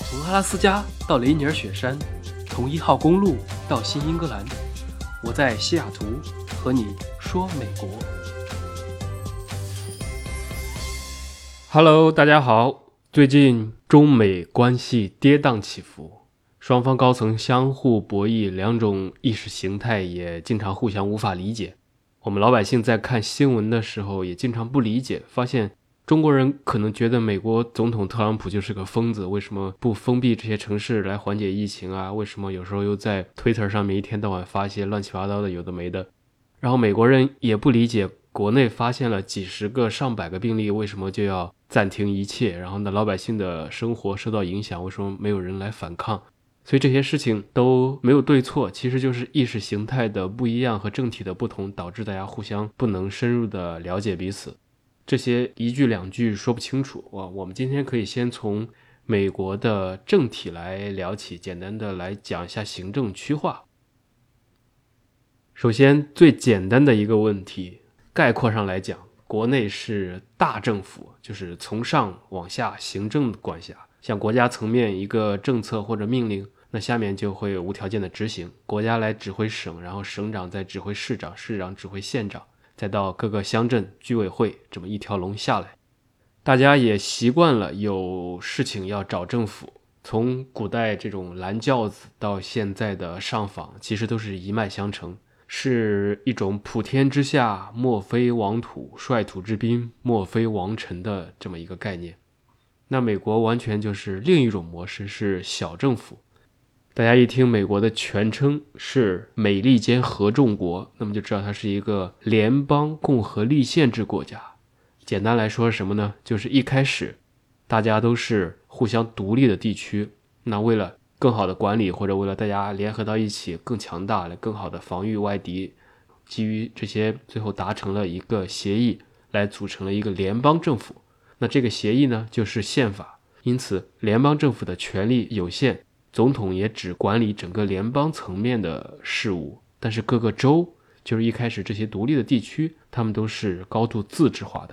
从阿拉斯加到雷尼尔雪山，从1号公路到新英格兰，我在西雅图和你说美国。Hello， 大家好。最近中美关系跌宕起伏，双方高层相互博弈，两种意识形态也经常互相无法理解。我们老百姓在看新闻的时候也经常不理解，发现中国人可能觉得美国总统特朗普就是个疯子，为什么不封闭这些城市来缓解疫情啊？为什么有时候又在 Twitter 上面一天到晚发一些乱七八糟的有的没的？然后美国人也不理解，国内发现了几十个上百个病例，为什么就要暂停一切？然后呢，老百姓的生活受到影响，为什么没有人来反抗？所以这些事情都没有对错，其实就是意识形态的不一样和政体的不同，导致大家互相不能深入的了解彼此。这些一句两句说不清楚。我们今天可以先从美国的政体来聊起，简单的来讲一下行政区划。首先最简单的一个问题，概括上来讲，国内是大政府，就是从上往下行政管辖，像国家层面一个政策或者命令，那下面就会无条件的执行，国家来指挥省，然后省长再指挥市长，市长指挥县长，再到各个乡镇居委会，这么一条龙下来。大家也习惯了有事情要找政府，从古代这种拦轿子到现在的上访，其实都是一脉相承，是一种普天之下莫非王土，率土之滨莫非王臣的这么一个概念。那美国完全就是另一种模式，是小政府。大家一听美国的全称是美利坚合众国，那么就知道它是一个联邦共和立宪制国家。简单来说是什么呢？就是一开始大家都是互相独立的地区，那为了更好的管理，或者为了大家联合到一起更强大，来更好的防御外敌，基于这些最后达成了一个协议，来组成了一个联邦政府。那这个协议呢，就是宪法。因此联邦政府的权力有限，总统也只管理整个联邦层面的事务，但是各个州，就是一开始这些独立的地区，他们都是高度自治化的。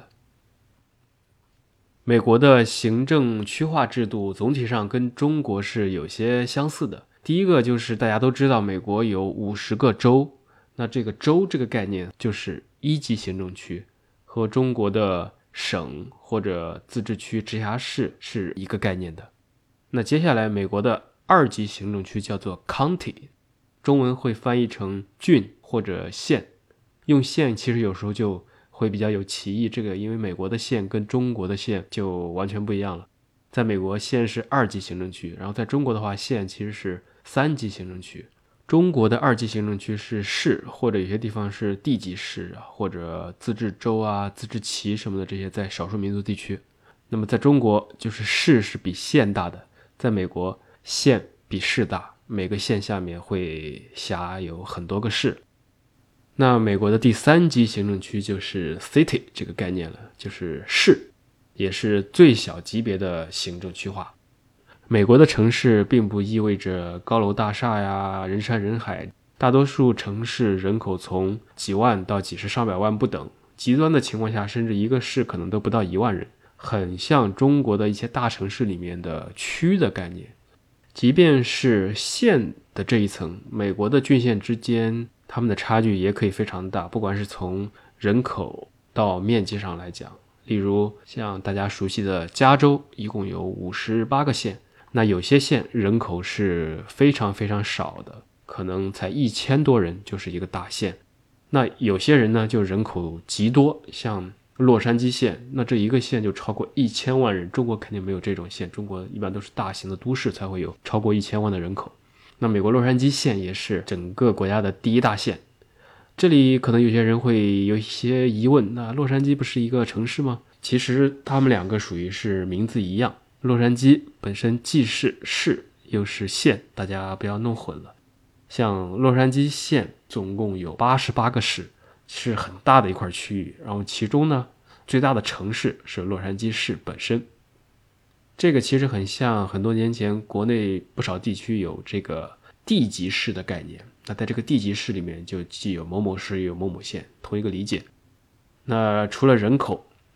美国的行政区划制度总体上跟中国是有些相似的。第一个就是大家都知道美国有50个州，那这个州这个概念就是一级行政区，和中国的省或者自治区直辖市是一个概念的。那接下来美国的2级行政区叫做 county， 中文会翻译成郡或者县。用县其实有时候就会比较有歧义，这个因为美国的县跟中国的县就完全不一样了。在美国县是2级行政区，然后在中国的话县其实是3级行政区。中国的2级行政区是市，或者有些地方是地级市啊，或者自治州啊、自治旗什么的，这些在少数民族地区。那么在中国就是市是比县大的，在美国县比市大，每个县下面会辖有很多个市。那美国的第3级行政区就是 city 这个概念了，就是市，也是最小级别的行政区划。美国的城市并不意味着高楼大厦呀、人山人海，大多数城市人口从几万到几十上百万不等，极端的情况下甚至一个市可能都不到1万人，很像中国的一些大城市里面的区的概念。即便是县的这一层，美国的郡县之间他们的差距也可以非常大，不管是从人口到面积上来讲。例如像大家熟悉的加州一共有58个县，那有些县人口是非常非常少的，可能才1000多人就是一个大县。那有些人呢就人口极多，像洛杉矶县，那这一个县就超过1000万人，中国肯定没有这种县，中国一般都是大型的都市才会有超过1000万的人口。那美国洛杉矶县也是整个国家的第1大县。这里可能有些人会有一些疑问，那洛杉矶不是一个城市吗？其实他们两个属于是名字一样，洛杉矶本身既是市又是县，大家不要弄混了。像洛杉矶县总共有88个市，是很大的一块区域，然后其中呢最大的城市是洛杉矶市本身。这个其实很像很多年前国内不少地区有这个地级市的概念，那在这个地级市里面就既有某某市也有某某县，同一个理解。那除了人口，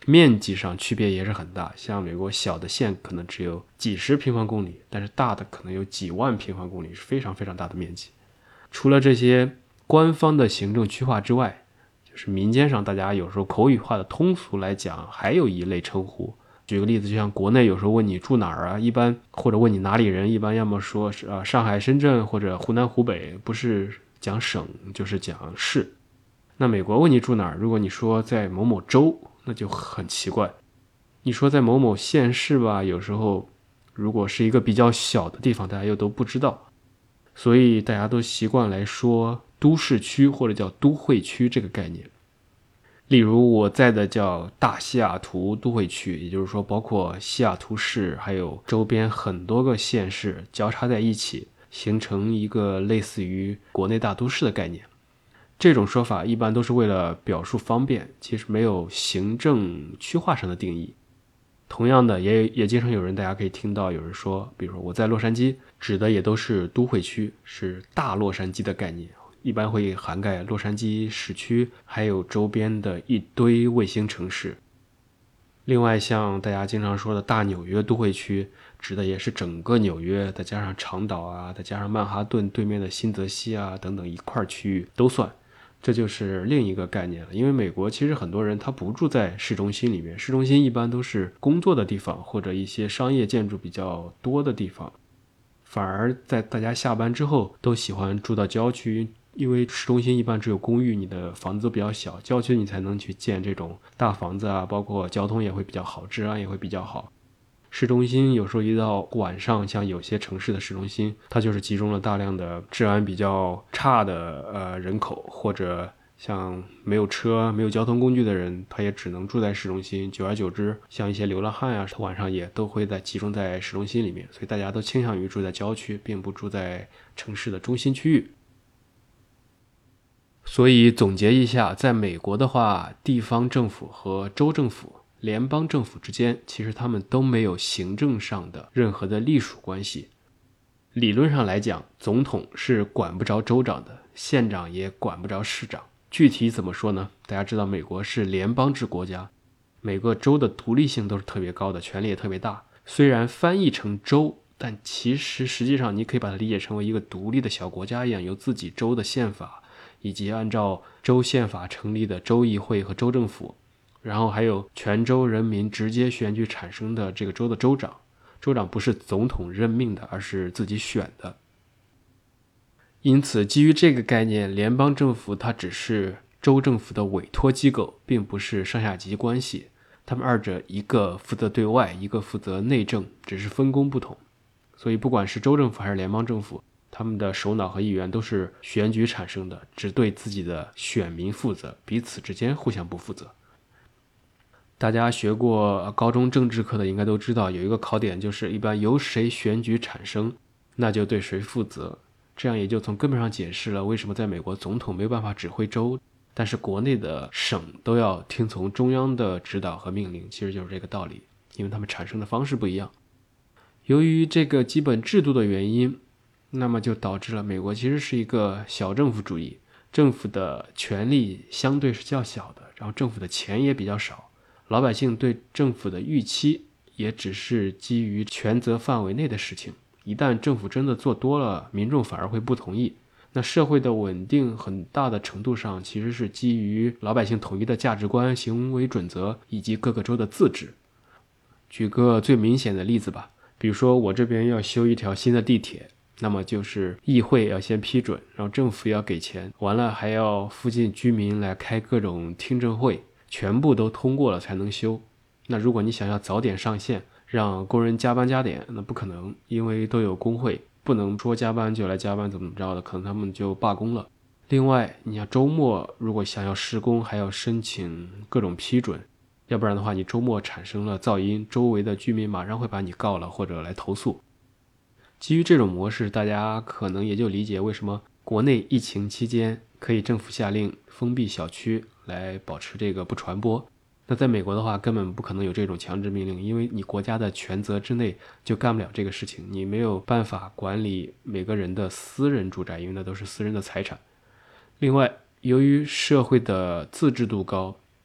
面积上区别也是很大，像美国小的县可能只有几十平方公里，但是大的可能有几万平方公里，是非常非常大的面积。除了这些官方的行政区划之外，就是民间上大家有时候口语化的通俗来讲，还有一类称呼。举个例子，就像国内有时候问你住哪儿啊，一般或者问你哪里人，一般要么说是上海、深圳或者湖南、湖北，不是讲省就是讲市。那美国问你住哪儿，如果你说在某某州，那就很奇怪。你说在某某县市吧，有时候如果是一个比较小的地方，大家又都不知道，所以大家都习惯来说都市区或者叫都会区这个概念。例如我在的叫大西雅图都会区，也就是说包括西雅图市还有周边很多个县市交叉在一起，形成一个类似于国内大都市的概念。这种说法一般都是为了表述方便，其实没有行政区划上的定义。同样的，也经常有人大家可以听到有人说，比如说我在洛杉矶，指的也都是都会区，是大洛杉矶的概念，一般会涵盖洛杉矶市区还有周边的一堆卫星城市。另外像大家经常说的大纽约都会区，指的也是整个纽约，再加上长岛啊，再加上曼哈顿对面的新泽西啊等等一块区域都算。这就是另一个概念了。因为美国其实很多人他不住在市中心里面，市中心一般都是工作的地方或者一些商业建筑比较多的地方，反而在大家下班之后都喜欢住到郊区，因为市中心一般只有公寓，你的房子都比较小，郊区你才能去建这种大房子啊，包括交通也会比较好，治安也会比较好。市中心有时候一到晚上，像有些城市的市中心，它就是集中了大量的治安比较差的人口，或者像没有车没有交通工具的人，他也只能住在市中心。久而久之，像一些流浪汉啊，晚上也都会集中在市中心里面，所以大家都倾向于住在郊区，并不住在城市的中心区域。所以总结一下，在美国的话，地方政府和州政府联邦政府之间，其实他们都没有行政上的任何的隶属关系。理论上来讲，总统是管不着州长的，县长也管不着市长。具体怎么说呢？大家知道美国是联邦制国家，每个州的独立性都是特别高的，权力也特别大。虽然翻译成州，但其实实际上你可以把它理解成为一个独立的小国家一样，有自己州的宪法，以及按照州宪法成立的州议会和州政府，然后还有全州人民直接选举产生的这个州的州长。州长不是总统任命的，而是自己选的。因此基于这个概念，联邦政府它只是州政府的委托机构，并不是上下级关系。他们二者一个负责对外，一个负责内政，只是分工不同。所以不管是州政府还是联邦政府，他们的首脑和议员都是选举产生的，只对自己的选民负责，彼此之间互相不负责。大家学过高中政治课的应该都知道，有一个考点就是一般由谁选举产生，那就对谁负责。这样也就从根本上解释了为什么在美国总统没有办法指挥州，但是国内的省都要听从中央的指导和命令，其实就是这个道理，因为他们产生的方式不一样。由于这个基本制度的原因，那么就导致了美国其实是一个小政府主义，政府的权力相对是较小的，然后政府的钱也比较少，老百姓对政府的预期也只是基于权责范围内的事情，一旦政府真的做多了，民众反而会不同意。那社会的稳定很大的程度上其实是基于老百姓统一的价值观、行为准则以及各个州的自治。举个最明显的例子吧，比如说我这边要修一条新的地铁，那么就是议会要先批准，然后政府要给钱，完了还要附近居民来开各种听证会，全部都通过了才能修。那如果你想要早点上线，让工人加班加点，那不可能，因为都有工会，不能说加班就来加班，怎么着的，可能他们就罢工了。另外你要周末如果想要施工，还要申请各种批准，要不然的话你周末产生了噪音，周围的居民马上会把你告了或者来投诉。基于这种模式，大家可能也就理解为什么国内疫情期间可以政府下令封闭小区来保持这个不传播。那在美国的话根本不可能有这种强制命令，因为你国家的权责之内就干不了这个事情，你没有办法管理每个人的私人住宅，因为那都是私人的财产。另外由于社会的自治度高，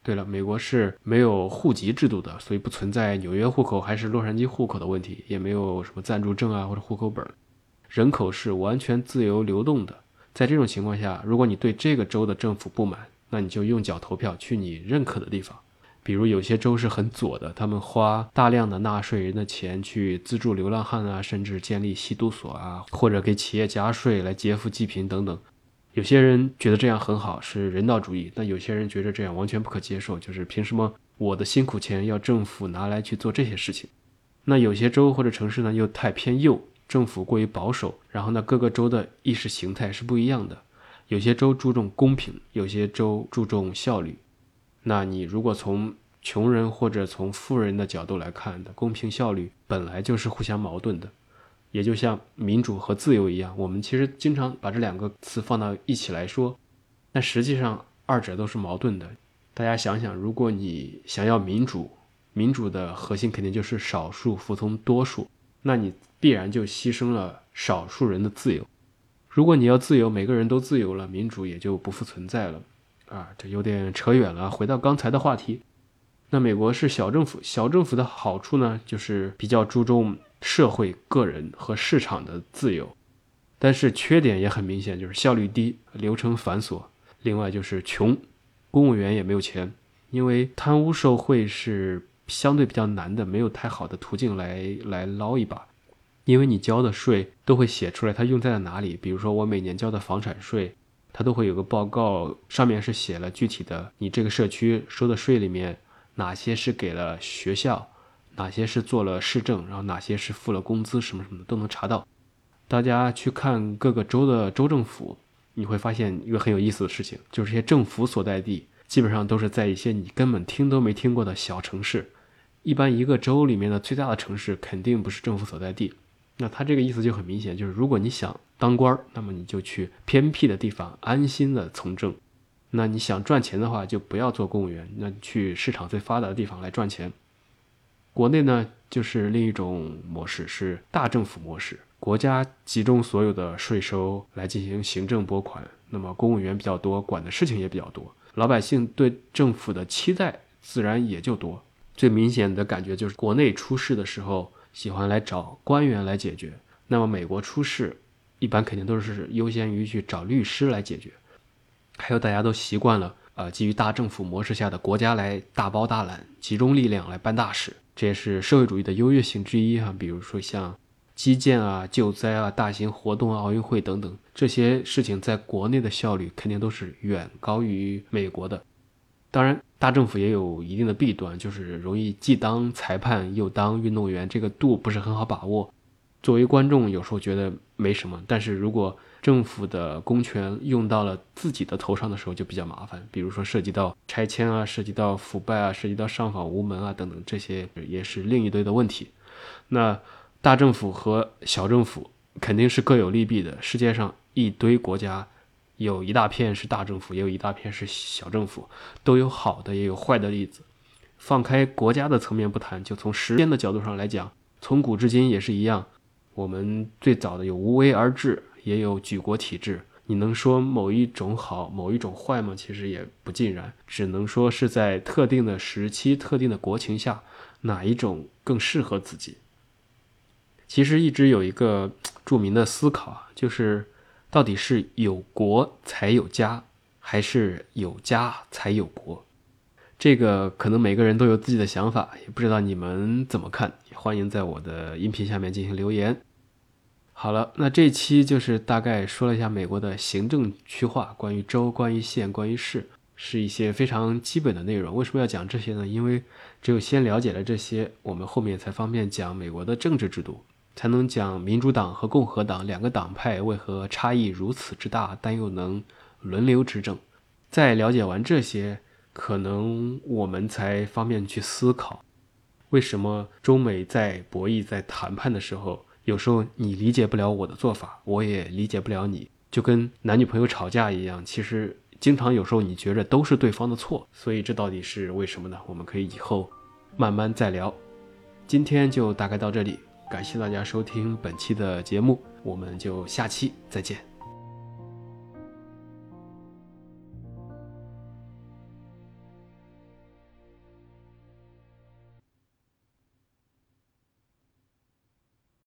对了，美国是没有户籍制度的，所以不存在纽约户口还是洛杉矶户口的问题，也没有什么暂住证啊或者户口本。人口是完全自由流动的。在这种情况下，如果你对这个州的政府不满，那你就用脚投票去你认可的地方。比如有些州是很左的，他们花大量的纳税人的钱去资助流浪汉啊，甚至建立吸毒所啊，或者给企业加税来劫富济贫等等。有些人觉得这样很好，是人道主义，但有些人觉得这样完全不可接受，就是凭什么我的辛苦钱要政府拿来去做这些事情。那有些州或者城市呢又太偏右，政府过于保守，然后呢各个州的意识形态是不一样的，有些州注重公平，有些州注重效率。那你如果从穷人或者从富人的角度来看的，公平效率本来就是互相矛盾的。也就像民主和自由一样，我们其实经常把这两个词放到一起来说，但实际上二者都是矛盾的。大家想想，如果你想要民主，民主的核心肯定就是少数服从多数，那你必然就牺牲了少数人的自由。如果你要自由，每个人都自由了，民主也就不复存在了。这有点扯远了，回到刚才的话题。那美国是小政府，小政府的好处呢，就是比较注重社会、个人和市场的自由，但是缺点也很明显，就是效率低，流程繁琐，另外就是穷，公务员也没有钱，因为贪污受贿是相对比较难的，没有太好的途径来捞一把，因为你交的税都会写出来它用在了哪里。比如说我每年交的房产税，它都会有个报告，上面是写了具体的你这个社区收的税里面哪些是给了学校，哪些是做了市政，然后哪些是付了工资，什么什么的都能查到。大家去看各个州的州政府，你会发现一个很有意思的事情，就是这些政府所在地基本上都是在一些你根本听都没听过的小城市。一般一个州里面的最大的城市肯定不是政府所在地。那他这个意思就很明显，就是如果你想当官，那么你就去偏僻的地方安心的从政。那你想赚钱的话，就不要做公务员，那去市场最发达的地方来赚钱。国内呢，就是另一种模式，是大政府模式，国家集中所有的税收来进行行政拨款，那么公务员比较多，管的事情也比较多，老百姓对政府的期待自然也就多。最明显的感觉就是国内出事的时候喜欢来找官员来解决，那么美国出事一般肯定都是优先于去找律师来解决。还有大家都习惯了基于大政府模式下的国家来大包大揽，集中力量来办大事，这也是社会主义的优越性之一比如说像基建啊、救灾啊、大型活动啊、奥运会等等，这些事情在国内的效率肯定都是远高于美国的。当然大政府也有一定的弊端，就是容易既当裁判又当运动员，这个度不是很好把握。作为观众有时候觉得没什么，但是如果政府的公权用到了自己的头上的时候就比较麻烦，比如说涉及到拆迁啊，涉及到腐败啊，涉及到上访无门啊等等，这些也是另一堆的问题。那大政府和小政府肯定是各有利弊的，世界上一堆国家有一大片是大政府，也有一大片是小政府，都有好的也有坏的例子。放开国家的层面不谈，就从时间的角度上来讲，从古至今也是一样。我们最早的有无为而治，也有举国体制，你能说某一种好某一种坏吗？其实也不尽然，只能说是在特定的时期特定的国情下哪一种更适合自己。其实一直有一个著名的思考就是到底是有国才有家，还是有家才有国？这个可能每个人都有自己的想法，也不知道你们怎么看，也欢迎在我的音频下面进行留言。好了，那这期就是大概说了一下美国的行政区划，关于州、关于县、关于市，是一些非常基本的内容。为什么要讲这些呢？因为只有先了解了这些，我们后面才方便讲美国的政治制度，才能讲民主党和共和党两个党派为何差异如此之大，但又能轮流执政。在了解完这些，可能我们才方便去思考，为什么中美在博弈、在谈判的时候，有时候你理解不了我的做法，我也理解不了你，就跟男女朋友吵架一样，其实经常有时候你觉得都是对方的错，所以这到底是为什么呢？我们可以以后慢慢再聊。今天就大概到这里，感谢大家收听本期的节目，我们就下期再见。